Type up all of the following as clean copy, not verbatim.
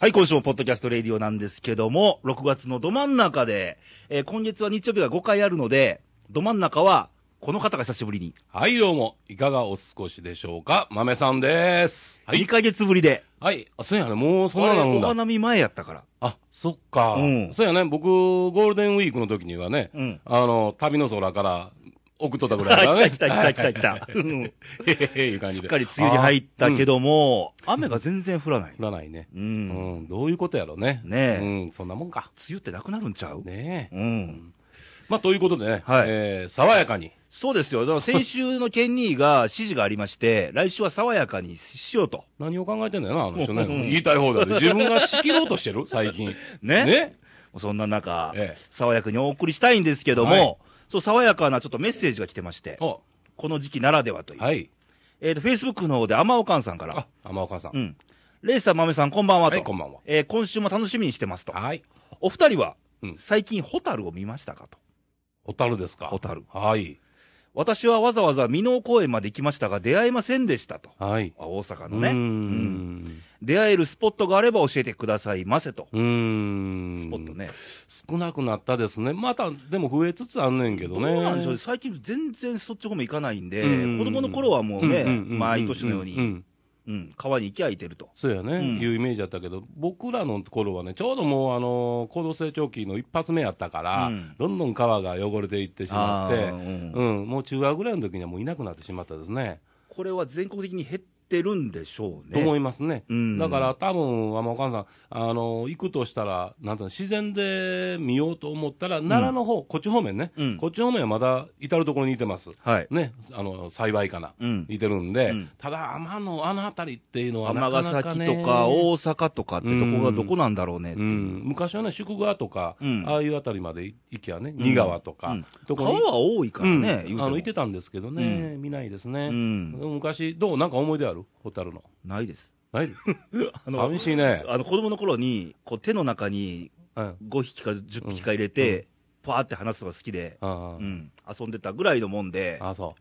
はい、今週もポッドキャストレディオなんですけども、6月のど真ん中で、今月は日曜日が5回あるので、ど真ん中はこの方が久しぶりに。 はい、どうも。いかがお過ごしでしょうか。豆さんです。はい。 2ヶ月ぶりで。 はい。あ、そうやね。もうそんななんだ。 お花見前やったから。 あ、そっか。そうやね。僕、ゴールデンウィークの時にはね、旅の空から送っとったぐらいだね。 来た。 いう感じで。 すっかり梅雨に入ったけども、雨が全然降らない。 降らないね。どういうことやろうね。 ねえ。そんなもんか。 梅雨ってなくなるんちゃうねえ。まあ、ということでね、爽やかに。 そうですよ。だから先週のケンニーが指示がありまして、来週は爽やかにしようと。 何を考えてんだよな、あの人ね。言いたい方だよ。自分が仕切ろうとしてる最近。 ね。そんな中、爽やかにお送りしたいんですけども、そう、爽やかなちょっとメッセージが来てまして、この時期ならではという。 はい。 Facebook の方で、天岡さんから。 天岡さん。 レイさん、豆さん、こんばんはと。 はい、こんばんは。 今週も楽しみにしてますと。 はい。 お二人は、最近、ホタルを見ましたかと。 ホタルですか。 ホタル。 はい。 私はわざわざ箕面公園まで行きましたが、出会えませんでしたと。 はい。 大阪のね。出会えるスポットがあれば教えてくださいませと。スポットね。 少なくなったですね。また、でも増えつつあんねんけどね。 そうなんでしょう。最近全然そっち方面行かないんで、子供の頃はもうね、毎年のように、川に行きゃいてると。 そうやね、いうイメージだったけど、僕らの頃はね、ちょうどもう、高度成長期の一発目やったから、どんどん川が汚れていってしまって、もう中学ぐらいの時にはもういなくなってしまったですね。 これは全国的に減ってるんでしょうね。 と思いますね。だから多分、お母さん、行くとしたら、なんていうの、自然で見ようと思ったら、奈良の方、こっち方面ね、こっち方面はまだ至るところにいてます。ね、幸いかな、いてるんで、ただ、天のあの辺りっていうのはなかなかね、 尼崎とか大阪とかってどこなんだろうねっていう。 昔はね、宿川とか、ああいう辺りまで行きゃね、仁川とか、 川は多いからね、 行ってたんですけどね、見ないですね。昔、なんか思い出あるホタルの。 ないです。 ないです。寂しいね。 子供の頃に、こう手の中に5匹か10匹か入れて、パーって話すのが好きで、遊んでたぐらいのもんで。 あ、そう。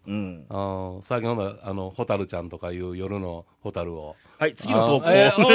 最近ホタルちゃんとかいう夜のホタルを。 はい、次の投稿。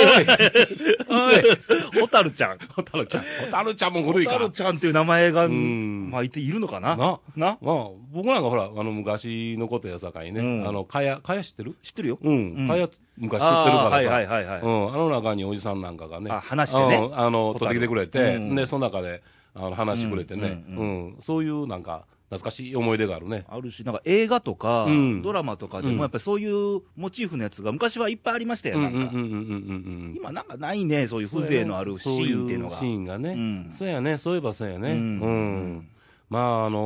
ホタルちゃん。 ホタルちゃん。ホタルちゃんも古いか。 ホタルちゃんっていう名前が、まあ、いるのかな。 まあ、僕なんかほら、昔のことやさかいね。かや知ってる？ 知ってるよ。 かや、昔知ってるからさ。 はい。 あの中におじさんなんかがね。 話してね。 取ってきてくれて、で、その中で、話してくれてね。そういうなんか、懐かしい思い出があるね。 あるし、なんか映画とか、ドラマとかでも、やっぱりそういうモチーフのやつが昔はいっぱいありましたよ、なんか。今なんかないね、そういう風情のあるシーンっていうのが。 シーンがね。そうやね、そういえばそうやね。まあ、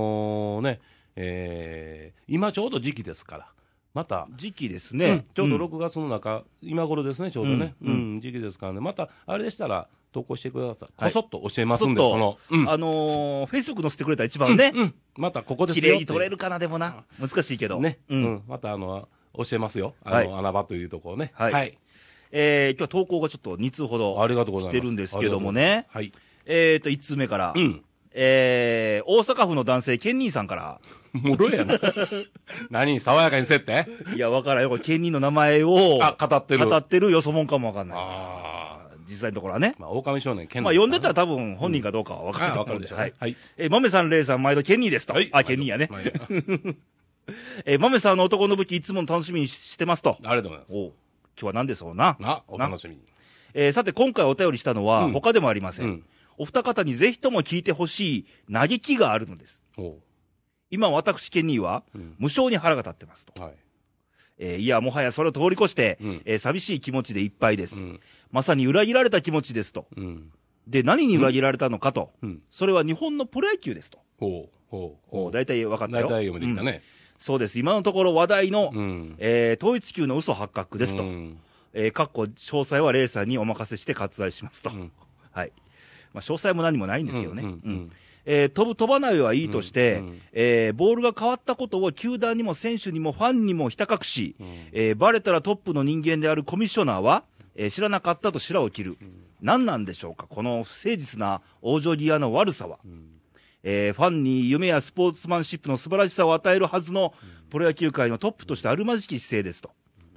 今ちょうど時期ですから。また。 時期ですね。 ちょうど6月の中、今頃ですね、ちょうどね。時期ですからね。また、あれでしたら、投稿してください。こそっと教えますんで、 Facebook 載せてくれたら一番ね。 またここですよ。 綺麗に撮れるかな、でもな。難しいけど。 ね。また教えますよ。穴場というところね。はい。 今日は投稿がちょっと2通ほど来てるんですけどもね。 はい。 1通目から。大阪府の男性、ケンニーさんから。 もろやな。何爽やかにせって？ いや、わからんよ。これ、ケンニーの名前を。 語ってるよそもんかもわかんない。実際のところはね。 まあ、狼少年、ケンニー。 まあ、読んでたら多分本人かどうかはわかると思うでしょう。はい。豆さん、レイさん、毎度ケンニーですと。ケンニーやね。豆さんの男の武器、いつも楽しみにしてますと。 ありがとうございます。 今日は何でしょうな。 お楽しみに。 さて、今回お便りしたのは、他でもありません。お二方にぜひとも聞いてほしい嘆きがあるのです。今、私、ケンニーは、無性に腹が立ってますと。いや、もはやそれを通り越して、寂しい気持ちでいっぱいです。まさに裏切られた気持ちですと。で、何に裏切られたのかと。それは日本のプロ野球ですと。大体分かったよ。 大体読めてきたね。 そうです。今のところ話題の、統一球の嘘発覚ですと。詳細はレイさんにお任せして割愛しますと。はい。まあ、詳細も何もないんですよね。飛ばないはいいとして、ボールが変わったことを球団にも選手にもファンにもひた隠し、バレたらトップの人間であるコミッショナーは、知らなかったと白を切る。何なんでしょうか、この不誠実な往生際の悪さは。ファンに夢やスポーツマンシップの素晴らしさを与えるはずのプロ野球界のトップとしてあるまじき姿勢ですと。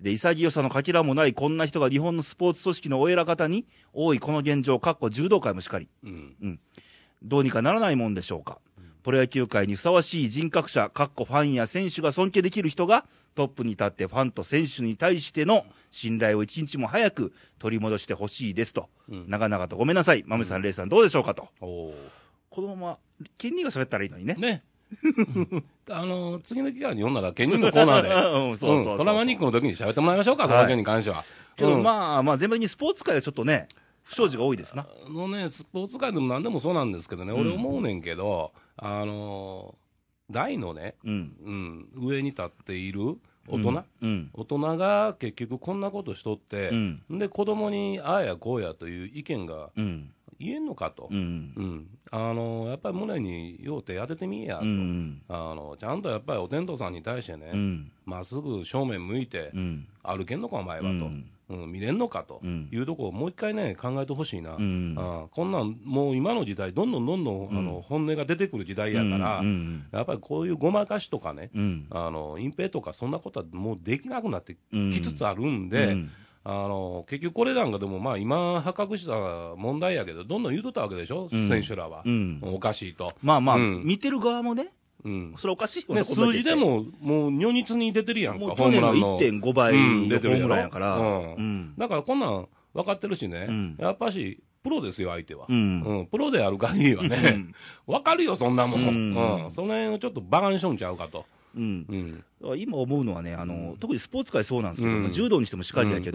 で、潔さのかけらもないこんな人が日本のスポーツ組織のお偉方に多いこの現状、柔道界もしかり、どうにかならないもんでしょうか。プロ野球界にふさわしい人格者、ファンや選手が尊敬できる人がトップに立ってファンと選手に対しての信頼を一日も早く取り戻してほしいですと、長々とごめんなさい、豆さん、レイさん、どうでしょうかと。このまま、ケンニーが喋ったらいいのにね。 ね。次の機会に読んだら、ケンニーのコーナーで、トラマニックの時に喋ってもらいましょうか、その件に関しては。 けど、まあ、全般的にスポーツ界はちょっとね、不祥事が多いですな。 スポーツ界でも何でもそうなんですけどね、俺思うねんけど、大のね、上に立っている大人が結局こんなことしとって、で、子供にああやこうやという意見が言えんのかと。やっぱり胸によう手当ててみやと。ちゃんとやっぱりお天道さんに対してね、まっすぐ正面向いて、歩けんのかお前はと。見れんのかというところをもう一回ね、考えてほしいな。こんなんもう今の時代どんどん本音が出てくる時代やから、やっぱりこういうごまかしとかね、隠蔽とかそんなことはもうできなくなってきつつあるんで、結局これなんかでもまあ今発覚した問題やけど、どんどん言うとったわけでしょ、選手らは。おかしいと。 見てる側もね、それおかしいよね、 数字でも、もう如実に出てるやんか、 去年の 1.5 倍のホームランやから。 だからこんなん分かってるしね、やっぱし、プロですよ、相手は。プロである限りはね、分かるよ、そんなもん。その辺をちょっとバカにしょんちゃうかと。 今思うのはね、特にスポーツ界そうなんですけど、柔道にしてもしかりやけど、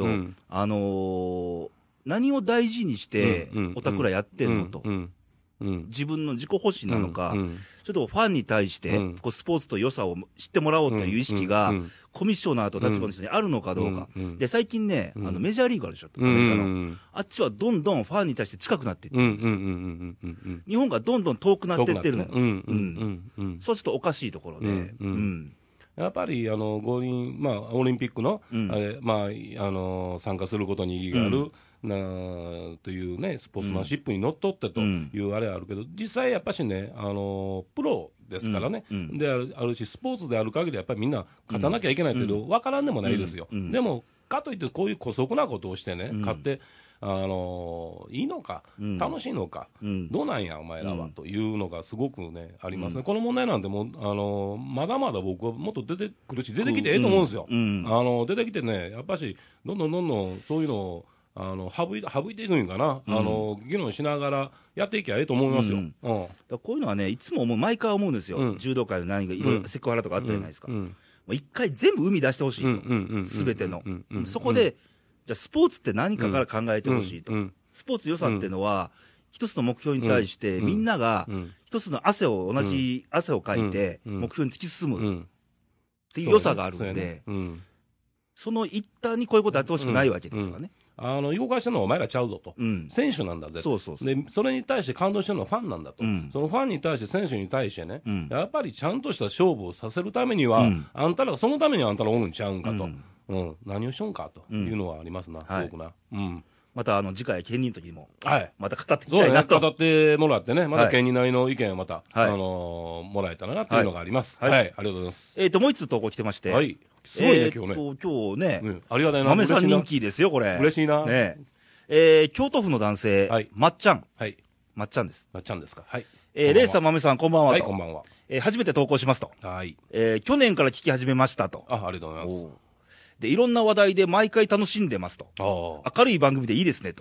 何を大事にしておたくらやってんのと。自分の自己保身なのか、ちょっとファンに対して、スポーツと良さを知ってもらおうという意識が、コミッショナーと立場の人にあるのかどうか。で、最近ね、メジャーリーグあるでしょ、アメリカの。あっちはどんどんファンに対して近くなっていってるんですよ。日本がどんどん遠くなっていってるの。そうするとおかしいところで。 やっぱり五輪、オリンピックの、参加することに意義がある。というね、スポーツマンシップにのっとってというあれはあるけど、実際やっぱしね、プロですからね、であるし、スポーツである限りやっぱりみんな勝たなきゃいけないけど、分からんでもないですよ。でも、かといってこういう姑息なことをしてね、勝って、いいのか、楽しいのか、どうなんや、お前らは、というのがすごくね、ありますね。この問題なんてもう、まだまだ僕はもっと出てくるし、出てきてええと思うんですよ。出てきてね、やっぱし、どんどんそういうのを、省いていくんかな、議論しながらやっていきゃええと思いますよ。 こういうのはね、いつも毎回思うんですよ。柔道界の何がいろいろセクハラとかあったじゃないですか。一回全部生み出してほしいと。すべての。そこで、じゃあスポーツって何かから考えてほしいと。スポーツ良さっていうのは、一つの目標に対してみんなが一つの同じ汗をかいて目標に突き進むっていう良さがあるんで、その一端にこういうことやってほしくないわけですよね。 動かしてるのはお前らちゃうぞと、選手なんだぜと、でそれに対して感動してるのはファンなんだと、そのファンに対して、選手に対してね、やっぱりちゃんとした勝負をさせるためには、そのためにあんたらおるんちゃうんかと、何をしよんかというのはありますな、すごくな。 また次回、兼任の時にも、また語っていきたいなと。 語ってもらってね、また兼任なりの意見をまた、もらえたらなというのがあります。ありがとうございます。 もう一つ投稿来てまして。 すごいね、今日ね。 今日ね、 ありがたいな。 豆さん人気ですよ、これ。 嬉しいな。 京都府の男性、まっちゃん。まっちゃんです。 まっちゃんですか。はい。 レイさん、豆さん、こんばんは。 はい、こんばんは。 初めて投稿しますと。 はい。 去年から聞き始めましたと。 ありがとうございます。 で、いろんな話題で毎回楽しんでますと。明るい番組でいいですねと。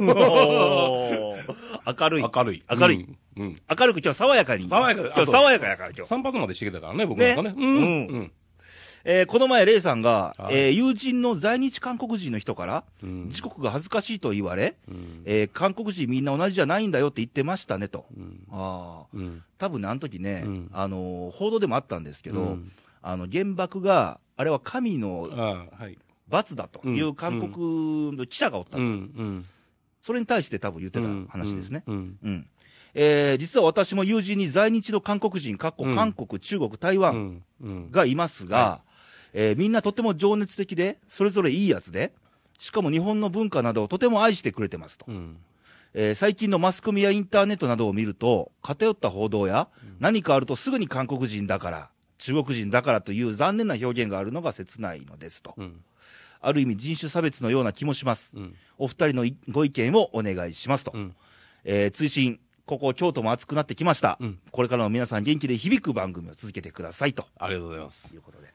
明るい。 明るい。 明るい。明るく今日爽やかに。 爽やか。 今日爽やかやから今日。 散髪までしてきたからね、僕なんかね。 この前、レイさんが、友人の在日韓国人の人から、自国が恥ずかしいと言われ、韓国人みんな同じじゃないんだよって言ってましたねと。多分ね、あの時ね、報道でもあったんですけど、原爆が、あれは神の罰だという韓国の記者がおったと。それに対して多分言ってた話ですね。実は私も友人に在日の韓国人、韓国、中国、台湾がいますが、みんなとても情熱的で、それぞれいいやつで、しかも日本の文化などをとても愛してくれてますと。最近のマスコミやインターネットなどを見ると、偏った報道や、何かあるとすぐに韓国人だから、中国人だからという残念な表現があるのが切ないのですと。 ある意味人種差別のような気もします。お二人のご意見をお願いしますと。追伸、ここ京都も暑くなってきました。これからも皆さん元気で響く番組を続けてくださいと。 ありがとうございます。 ということで。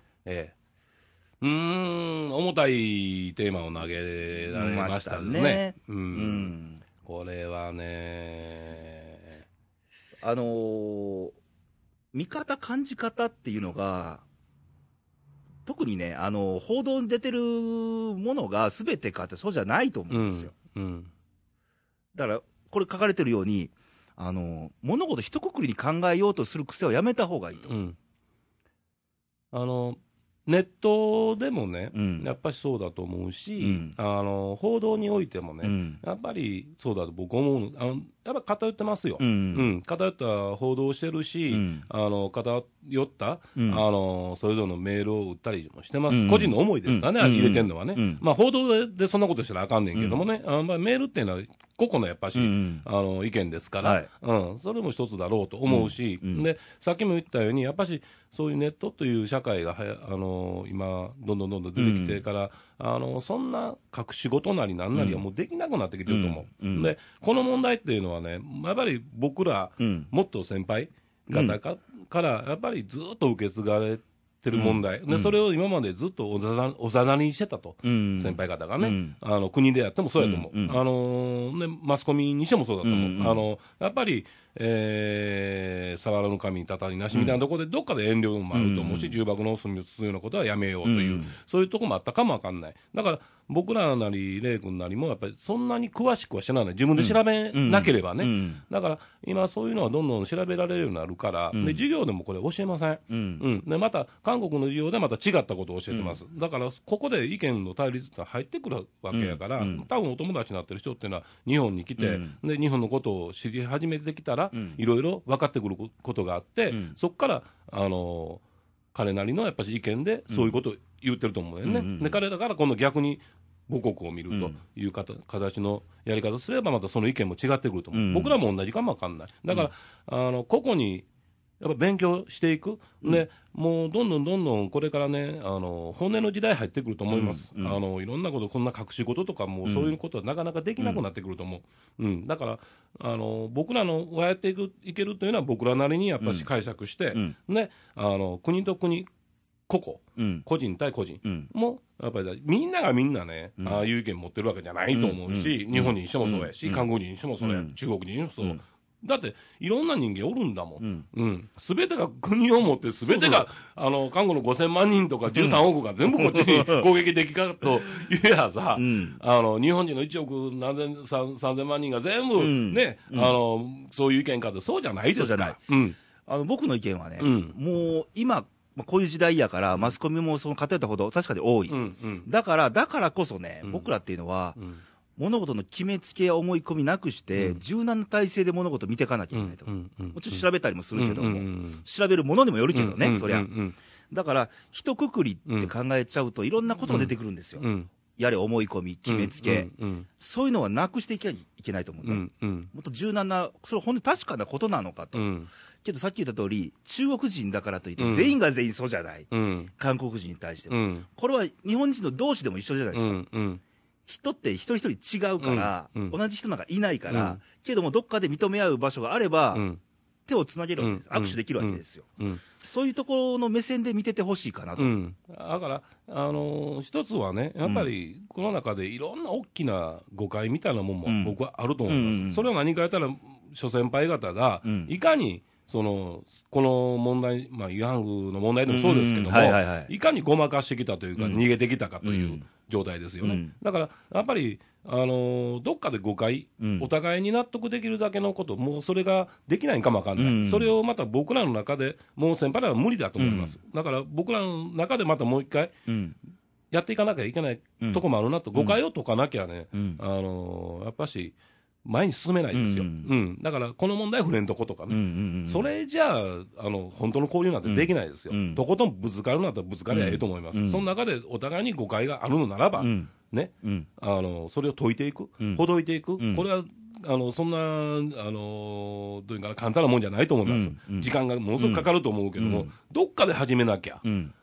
重たいテーマを投げられましたですね。これはね、 見方、感じ方っていうのが、特にね、報道に出てるものが全てかってそうじゃないと思うんですよ。だから、これ書かれてるように、物事一括りに考えようとする癖はやめた方がいいと。 ネットでもね、やっぱりそうだと思うし、報道においてもね、やっぱりそうだと僕思うやっぱ偏ってますよ。偏った報道をしてるし、偏った、それぞれのメールを打ったりもしてます。個人の思いですからね、入れてるのはね。まあ報道でそんなことしたらあかんねんけどもね、メールっていうのは個々のやっぱし、意見ですから、それも一つだろうと思うし、で、さっきも言ったように、やっぱしそういうネットという社会が今、どんどん出てきてから、そんな隠し事なりなんなりはもうできなくなってきてると思う。で、この問題っていうのはね、やっぱり僕ら、もっと先輩方からやっぱりずっと受け継がれてる問題、でそれを今までずっとおざなりにしてたと、先輩方がね、国でやってもそうやと思う、ね、マスコミにしてもそうだと思う、やっぱり、触らぬ神にたたりなしみたいなところで、どっかで遠慮もあると思うし、重箱の隅をつつようなことはやめようという、そういうところもあったかもわかんない。だから僕らなり、レイ君なりも、やっぱりそんなに詳しくは知らない、自分で調べなければね、だから今、そういうのはどんどん調べられるようになるから、で授業でもこれ、教えません、でまた韓国の授業でまた違ったことを教えてます、だからここで意見の対立が入ってくるわけやから、多分お友達になってる人っていうのは、日本に来て、で日本のことを知り始めてきたら、いろいろ分かってくることがあって、そこから彼なりのやっぱり意見でそういうことを言ってると思うよね、で彼だから今度逆に母国を見るという形のやり方をすれば、またその意見も違ってくると思う、僕らも同じかも分かんない、だから個々にやっぱ勉強していく、でもうどんどんこれからね、本音の時代入ってくると思います、いろんなこと、こんな隠し事とかも、そういうことはなかなかできなくなってくると思う、だから僕らのやっていけるというのは、僕らなりにやっぱし解釈して、ね、国と国、個々、個人対個人も、やっぱりみんながみんなね、ああいう意見持ってるわけじゃないと思うし、日本人にしてもそうやし、韓国人にしてもそうや、中国人にしてもそう。だっていろんな人間おるんだもん、すべてが国を持って、すべてが韓国の5000万人とか13億が全部こっちに攻撃的かといやさ、日本人の1億3000万人が全部ね、そういう意見かって、そうじゃないですか。 僕の意見はね、もう今、こういう時代やから、マスコミもその偏ったほど確かに多い、だからこそね、僕らっていうのは、物事の決めつけや思い込みなくして、柔軟な体制で物事を見ていかなきゃいけないと、もちろん調べたりもするけども、調べるものにもよるけどね、そりゃ。だから、一括りって考えちゃうと、いろんなことが出てくるんですよ。やれ思い込み、決めつけ、そういうのはなくしていけないと思うね。もっと柔軟な、それは本当に確かなことなのかと。けどさっき言った通り、中国人だからといって、全員が全員そうじゃない、韓国人に対しても。これは日本人の同士でも一緒じゃないですか。人って一人一人違うから、同じ人なんかいないから、けどもどっかで認め合う場所があれば、手をつなげるわけです、握手できるわけですよ、そういうところの目線で見ててほしいかなと、 だから一つはね、やっぱりこの中でいろんな大きな誤解みたいなもんも僕はあると思います、それは何かやったら、諸先輩方がいかにこの問題、慰安婦の問題でもそうですけども、いかにごまかしてきたというか、逃げてきたかという状態ですよね。だからやっぱりどっかで誤解、お互いに納得できるだけのこと、もうそれができないかもわかんない、それをまた僕らの中で、もう先輩らは無理だと思います、だから僕らの中でまたもう一回、やっていかなきゃいけないとこもあるなと、誤解を解かなきゃね、やっぱし、前に進めないですよ、だからこの問題触れんとことかね、それじゃあ本当の交流なんてできないですよ、とことんぶつかるんだったらぶつかりゃええと思います、その中でお互いに誤解があるのならば、ね、それを解いていく、ほどいていく、これはそんなどういうかな、簡単なもんじゃないと思います、時間がものすごくかかると思うけども、どっかで始めなきゃ、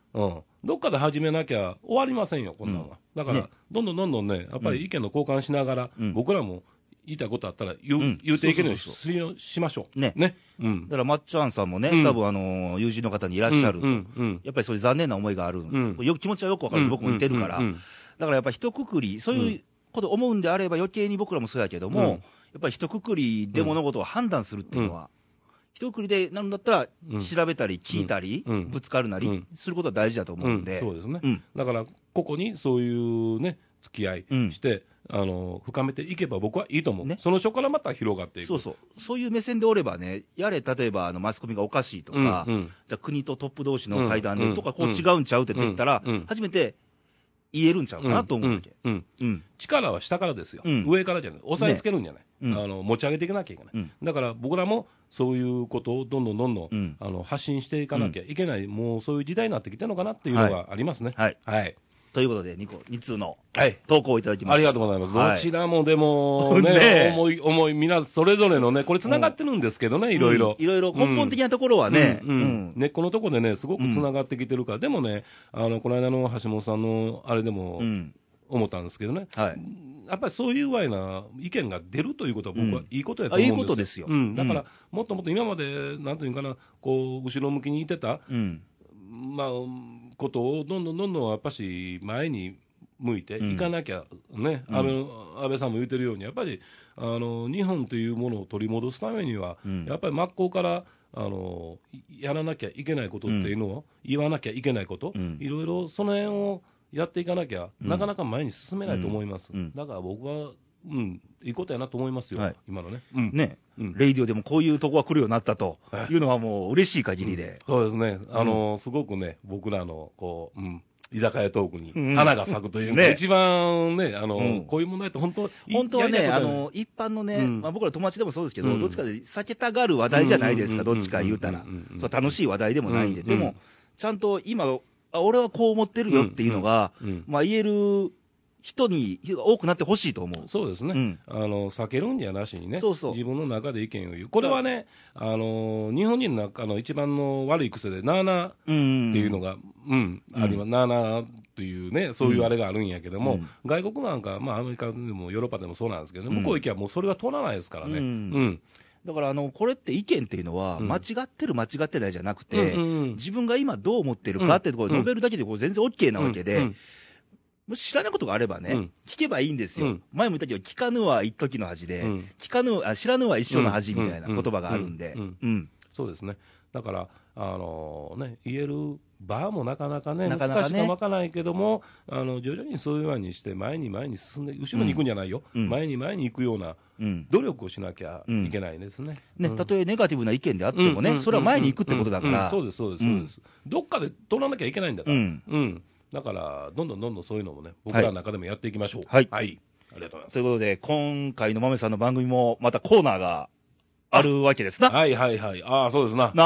どっかで始めなきゃ終わりませんよ、こんなのは。だから、どんどんね、やっぱり意見の交換しながら、僕らも言いたいことあったら言うていけるようにしましょう。 ね。だからまっちゃんさんもね、多分友人の方にいらっしゃると、やっぱりそういう残念な思いがある。気持ちはよくわかる。僕も似てるから。だからやっぱり一括り、そういうこと思うんであれば余計に僕らもそうやけども、やっぱり一括りで物事を判断するっていうのは、一括りでなるんだったら、調べたり聞いたり、ぶつかるなりすることは大事だと思うんで。 そうですね。だから、個々にそういうね、付き合いして、深めていけば僕はいいと思う。その初からまた広がっていく。 そういう目線でおればね、例えばマスコミがおかしいとか、じゃあ国とトップ同士の会談でとか、こう違うんちゃうって言ったら、初めて言えるんちゃうかなと思うわけ。 力は下からですよ。上からじゃない。押さえつけるんじゃない。持ち上げていかなきゃいけない。だから僕らもそういうことをどんどん発信していかなきゃいけない、もうそういう時代になってきてるのかなっていうのがありますね。はい。 ということで、2通の投稿をいただきました。 ありがとうございます。どちらもでもね、思い、みんなそれぞれのね、これ繋がってるんですけどね、いろいろ。 いろいろ根本的なところはね、 根っこのところでね、すごく繋がってきてるから、でもね、この間の橋本さんのあれでも思ったんですけどね、やっぱりそういうわいな意見が出るということは僕はいいことやと思うんですよ。 いいことですよ。 だから、もっともっと今まで、なんていうかな、こう、後ろ向きにいてた、まあ、ことをどんどんやっぱし前に向いていかなきゃね、安倍さんも言ってるように、やっぱり日本というものを取り戻すためには、やっぱり真っ向からやらなきゃいけないことっていうのを、言わなきゃいけないこと、いろいろその辺をやっていかなきゃ、なかなか前に進めないと思います。だから僕は、いいことやなと思いますよ、今のね。 レイディオでもこういうとこが来るようになったというのはもう嬉しい限りで。 そうですね。すごくね、僕らの、こう、居酒屋トークに花が咲くというか、一番ね、こういう問題って本当はね、一般のね、僕ら友達でもそうですけど、どっちかで避けたがる話題じゃないですか、どっちか言うたら。楽しい話題でもないんで。でも、ちゃんと今、俺はこう思ってるよっていうのが、言える人に多くなってほしいと思う。 そうですね。避けるんじゃなしにね、自分の中で意見を言う。これはね、日本人の中の一番の悪い癖で、なーなーっていうのが、あります。なーなーというね、そういうあれがあるんやけども、外国なんか、アメリカでもヨーロッパでもそうなんですけど、向こう行けばもうそれは通らないですからね。 だからこれって意見っていうのは、間違ってる間違ってないじゃなくて、自分が今どう思ってるかってところを述べるだけで全然 OK なわけで、もし知らないことがあればね、聞けばいいんですよ。前も言ったけど、聞かぬは一時の恥で、知らぬは一生の恥みたいな言葉があるんで。 そうですね。だから、言える場もなかなかね、難しいかもわからないけども、徐々にそういうふうにして、前に進んで、後ろに行くんじゃないよ。前に行くような努力をしなきゃいけないですね。 たとえネガティブな意見であってもね、それは前に行くってことだから。 そうです。どっかで取らなきゃいけないんだから。だから、どんどんそういうのもね、僕らの中でもやっていきましょう。はい。ありがとうございます。 ということで、今回の豆さんの番組も、またコーナーがあるわけですな。 はい。ああ、そうですな。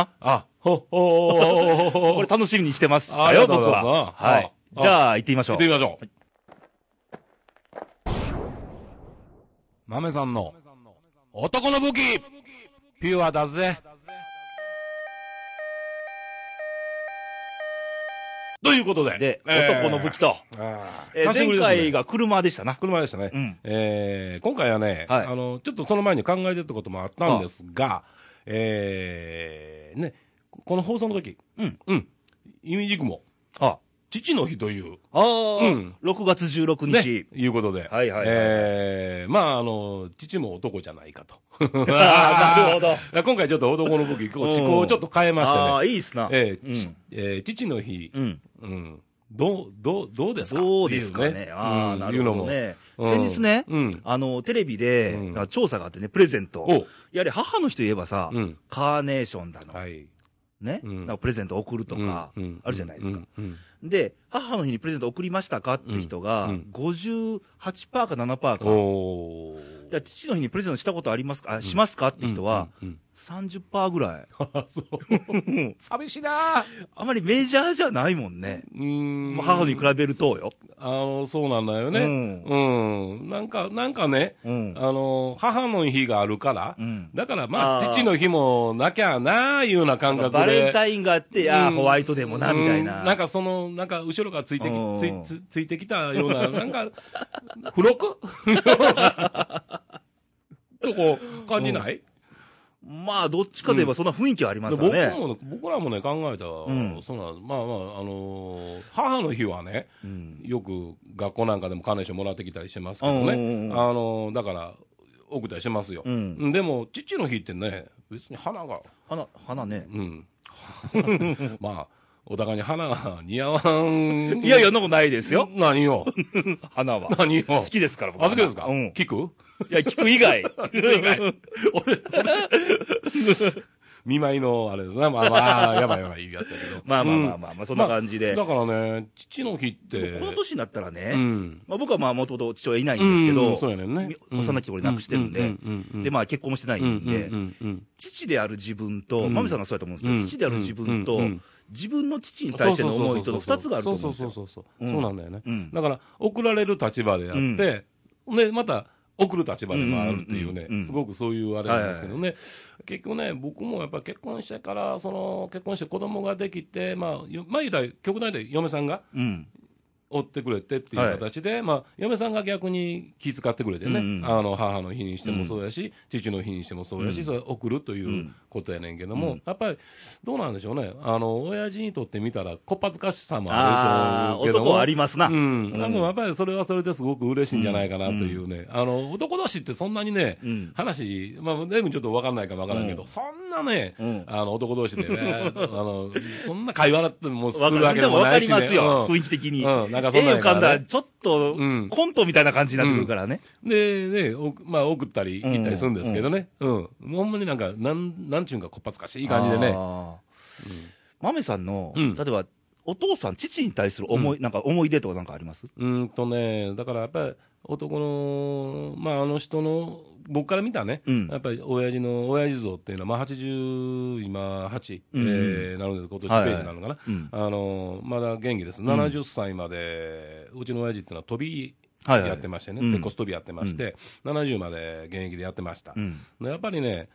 これ楽しみにしてますよ、僕は。はい。じゃあ、行ってみましょう。 行ってみましょう。豆さんの男の武器、ピュアだぜ。ということで。 男の武器と。前回が車でしたな。 車でしたね。今回はね、ちょっとその前に考えてたこともあったんですが、この放送の時、いみじくも、父の日という。 6月16日。 いうことで。父も男じゃないかと。 なるほど。 今回ちょっと男の武器、思考をちょっと変えましてね。 いいっすな。 父の日、どうですかどうですかね。なるほどね。先日ね、テレビで調査があってね、プレゼント。やはり母の日といえばさ、カーネーションだの。ね。プレゼント送るとか、あるじゃないですか。で、母の日にプレゼント送りましたかって人が、58%か7%か。父の日にプレゼントしたことありますかしますかって人は、 30% ぐらい。 そう。寂しいな。 あまりメジャーじゃないもんね。母に比べるとよ。 そうなんだよね。なんかね、母の日があるから、だからまあ、父の日もなきゃなーいうような感覚で。 バレンタインがあって、ホワイトでもな、みたいな。 なんか後ろからついてきたような、なんか、付録とこ感じない？ まあ、どっちかといえばそんな雰囲気はありますよね。 僕らもね、考えたら、母の日はね、よく学校なんかでもカーネーションもらってきたりしてますけどね。だから、送ったりしますよ。でも、父の日ってね、別に花ね。まあ、お互いに花が似合わん。 いやいや、そんなことないですよ。 何よ。 花は。 何よ。 好きですから、 僕。好きですか？聞く？ いや、聞く以外。 俺、見舞いのあれですね。まあ、やばいいいやつだけど。 まあ、そんな感じで。 だからね、父の日って。 この年になったらね、僕はまあ、もともと父親いないんですけど、 そうやねんね。 幼き頃に亡くしてるんで、で、まあ、結婚もしてないんで、父である自分と、まみさんがそうやと思うんですけど、父である自分と、自分の父に対しての思いと二つがあると思うんですよ。 そうなんだよね。だから、送られる立場であって、で、また、送る立場でもあるっていうね、すごくそういうあれなんですけどね、結局ね、僕もやっぱ結婚してから、結婚して子供ができて、まあ言うたら、極端で嫁さんが、追ってくれてっていう形で、まあ、嫁さんが逆に気遣ってくれてね、母の日にしてもそうやし、父の日にしてもそうやし、それ送るということやねんけども、やっぱり、どうなんでしょうね、親父にとってみたら、こっぱずかしさもあると思うけども、 男はありますな。 でもやっぱりそれはそれですごく嬉しいんじゃないかなというね、男同士ってそんなにね、話、まあ、でもちょっと分かんないか分からんけど、そんなね、男同士でね、そんな会話もするわけでもないしね。 わかりますよ、雰囲気的に。浮かんだら、ちょっと、コントみたいな感じになってくるからね。 で、まあ、送ったり行ったりするんですけどね。ほんまになんか、なんちゅうんか、こっぱずかしい感じでね。 豆さんの、例えば、お父さん、父に対するなんか思い出とかなんかあります？ だからやっぱり、男の、まあ、あの人の、僕から見たね、やっぱり親父像っていうのは、まあ、今、8、なるんです、今年ページになるのかな。まだ元気です。70歳まで、うちの親父っていうのは飛びやってましてね、鉄骨飛びやってまして、70まで現役でやってました。やっぱりね、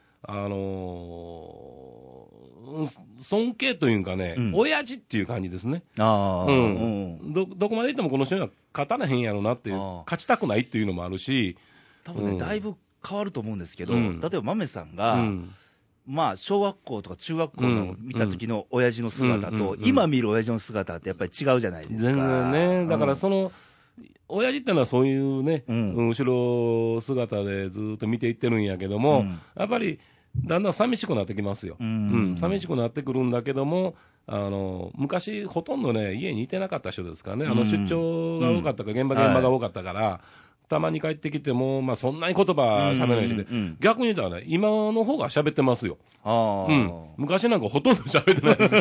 尊敬というかね、親父っていう感じですね。どこまでいってもこの人には勝たれへんやろなっていう、勝ちたくないっていうのもあるし、 多分ね、だいぶ変わると思うんですけど、例えば豆さんが、まあ、小学校とか中学校の見た時の親父の姿と、今見る親父の姿ってやっぱり違うじゃないですか。 全然ね。だから親父ってのはそういうね、後ろ姿でずっと見ていってるんやけども、やっぱり、だんだん寂しくなってきますよ。寂しくなってくるんだけども、昔、ほとんどね、家にいてなかった人ですからね、出張が多かったから、現場が多かったから、たまに帰ってきても、まあ、そんなに言葉喋らないしで、逆に言ったらね、今の方が喋ってますよ。昔なんかほとんど喋ってないです。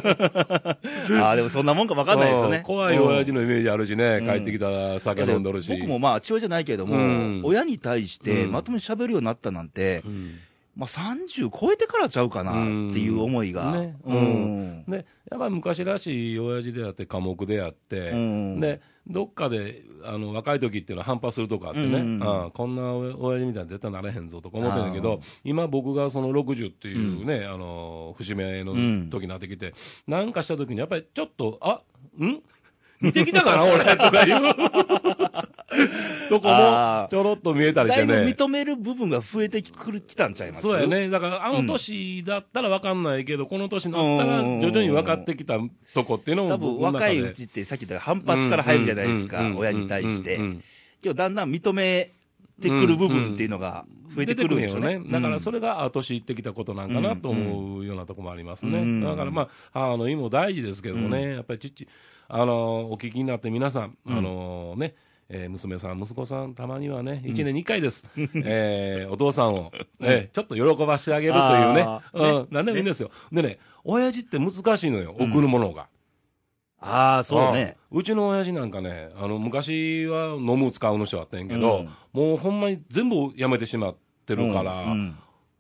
でもそんなもんか分かんないですよね。 怖い親父のイメージあるしね、帰ってきたら酒飲んどるし。 僕もまあ、父親じゃないけれども、親に対してまともに喋るようになったなんて、まあ、30超えてからちゃうかなっていう思いが。 で、やっぱり昔らしい親父であって、寡黙であって、で、どっかで、若い時っていうのは反発するとこあってね、こんな親父みたいに絶対なれへんぞとか思ってるんだけど、今僕がその60っていうね、節目の時になってきて、なんかした時にやっぱりちょっと、似てきたかな、俺、とかいう。とこも、ちょろっと見えたりしてね。 だいぶ認める部分が増えてきたんちゃいます？ そうやね。だから、年だったら分かんないけど、この年になったら、徐々に分かってきたとこっていうのも、 多分若いうちって、さっき言った反発から入るじゃないですか、親に対して。今日だんだん認めてくる部分っていうのが増えてくるんでしょうね。 だから、それが年いってきたことなんかなと思うようなとこもありますね。だからまあ、母の意も大事ですけどもね、やっぱりお聞きになって皆さん、娘さん、息子さん、たまにはね、1年2回です。お父さんを、ちょっと喜ばしてあげるというね。なんでもいいんですよ。でね、親父って難しいのよ、送るものが。 そうね。 うちの親父なんかね、昔は飲む使うの人だったんやけど、もうほんまに全部やめてしまってるから、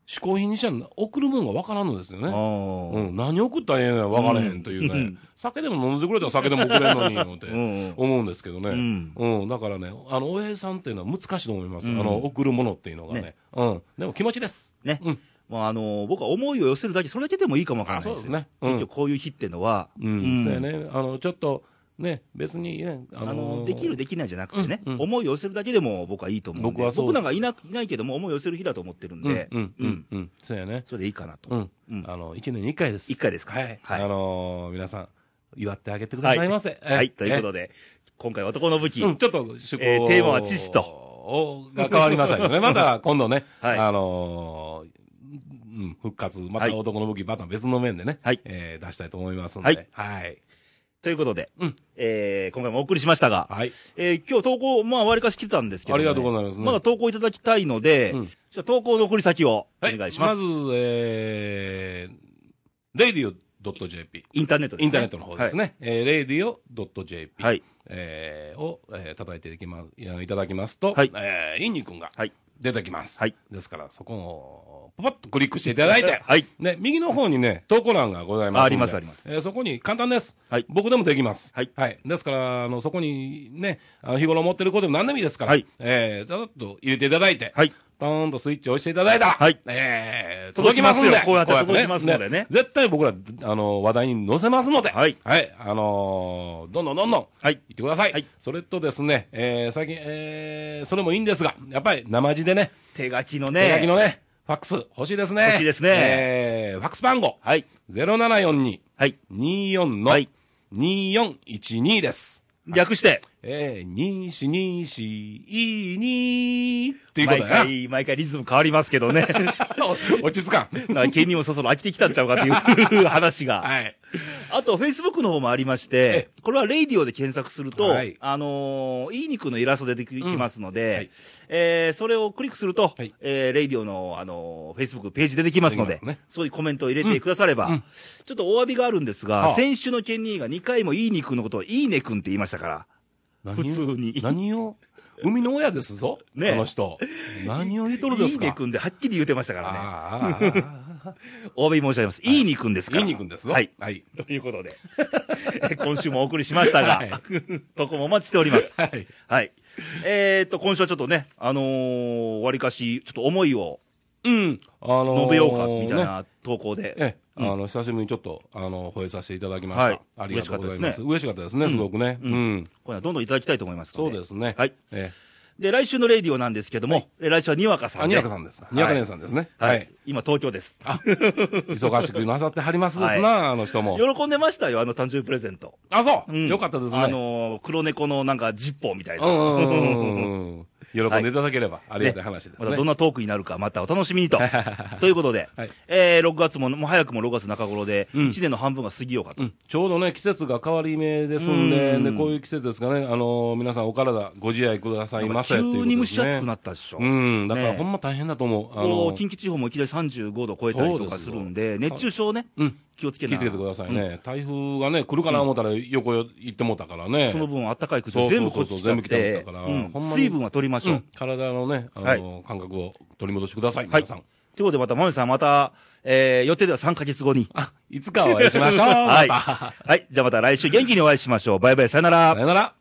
嗜好品にしたら送るもんが分からんのですよね。何送ったらええのや分からへんというね。酒でも飲んでくれたら酒でも送れんのに、って思うんですけどね。だからね、おやじさんっていうのは難しいと思います。送るものっていうのがね。でも気持ちです。 ね。僕は思いを寄せるだけ、それだけでもいいかもわからないですよね。結局こういう日っていうのは。 そうやね。ちょっと、ね、別にね、 できるできないじゃなくてね、思いを寄せるだけでも僕はいいと思うんで、僕なんかいないけども思いを寄せる日だと思ってるんで、 そうやね。 それでいいかなと。 1年に1回です。 1回ですか。 はい。皆さん、祝ってあげてくださいませ。 はい、ということで、今回男の武器。 ちょっと趣向テーマは知識と。 が変わりましたけどね。また今度ね、復活、また男の武器、また別の面でね、出したいと思いますので。はい。 ということで、今回もお送りしましたが、今日投稿、わりかし来てたんですけど、 ありがとうございます。 まだ投稿いただきたいので、じゃあ投稿の送り先をお願いします。 まず、radio.jp。 インターネットですね。 インターネットの方ですね。radio.jp。を叩いていただきますと、インニ君が出てきます。ですから、そこを、ポポッとクリックしていただいて、ね、右の方にね、投稿欄がございます。 あります、あります。 そこに簡単です。僕でもできます。ですから、そこにね、日頃持ってる子でも何でもいいですから、ざっと入れていただいて、トーンとスイッチを押していただいた。届きますんで。 こうやって届きますのでね。 絶対僕ら、話題に載せますので、どんどん、言ってください。それとですね、最近、それもいいんですが、やっぱり生地でね、 手書きのね、 ファックス欲しいですね。 欲しいですね。 ファックス番号、0742、24-2412です。 略して、 2424っていうことだな。毎回リズム変わりますけどね。 落ち着かん。県にもそろそろ飽きてきたんちゃうかっていう話が。あと、Facebook の方もありまして、これはレイディオで検索すると、いい肉のイラスト出てきますので、それをクリックすると、レイディオのFacebook ページ出てきますので、そういうコメントを入れてくだされば、ちょっとお詫びがあるんですが、先週のケンニーが2回もいい肉のことをいいねくんって言いましたから、普通に。 何を生みの親ですぞ、ね、この人。何を言うとるですか。 いいねくんではっきり言うてましたからね。お詫び申し上げます。いいにくんですから。 いいにくんですぞ。 はい。ということで、今週もお送りしましたが、投稿もお待ちしております。はい。今週はちょっとね、わりかし、ちょっと思いを、述べようか、みたいな投稿で。 久しぶりにちょっと、吠えさせていただきました。ありがとうございます。嬉しかったですね、すごくね。 今夜はどんどんいただきたいと思いますので。 そうですね。 はい。で、来週のレイディオなんですけども、来週はにわかさんで。 にわかさんです。にわか姉さんですね。 はい。今、東京です。 忙しくなさってはりますですな、人も。 喜んでましたよ、誕生日プレゼント。 あ、そう。よかったですね。 黒猫のなんか、ジッポーみたいな。 喜んでいただければありがたい話ですね。 またどんなトークになるか、またお楽しみにと。ということで、6月も、もう早くも6月中頃で、1年の半分が過ぎようかと。 ちょうどね、季節が変わり目ですんで、こういう季節ですかね、皆さんお体ご自愛くださいませ。 急に蒸し暑くなったでしょ。 だからほんま大変だと思う。近畿地方もいきなり35度超えたりとかするんで、熱中症ね、気をつけてくださいね。台風がね、来るかな思ったら横行ってもうたからね。 その分暖かい口全部こっち来ちゃって、水分は取りましょう。 体のね、感覚を取り戻してください、皆さん。 ということで、また、まめさん、また、予定では3ヶ月後に。 いつかお会いしましょう。 はい。じゃあまた来週元気にお会いしましょう。バイバイ、さよなら。 さよなら。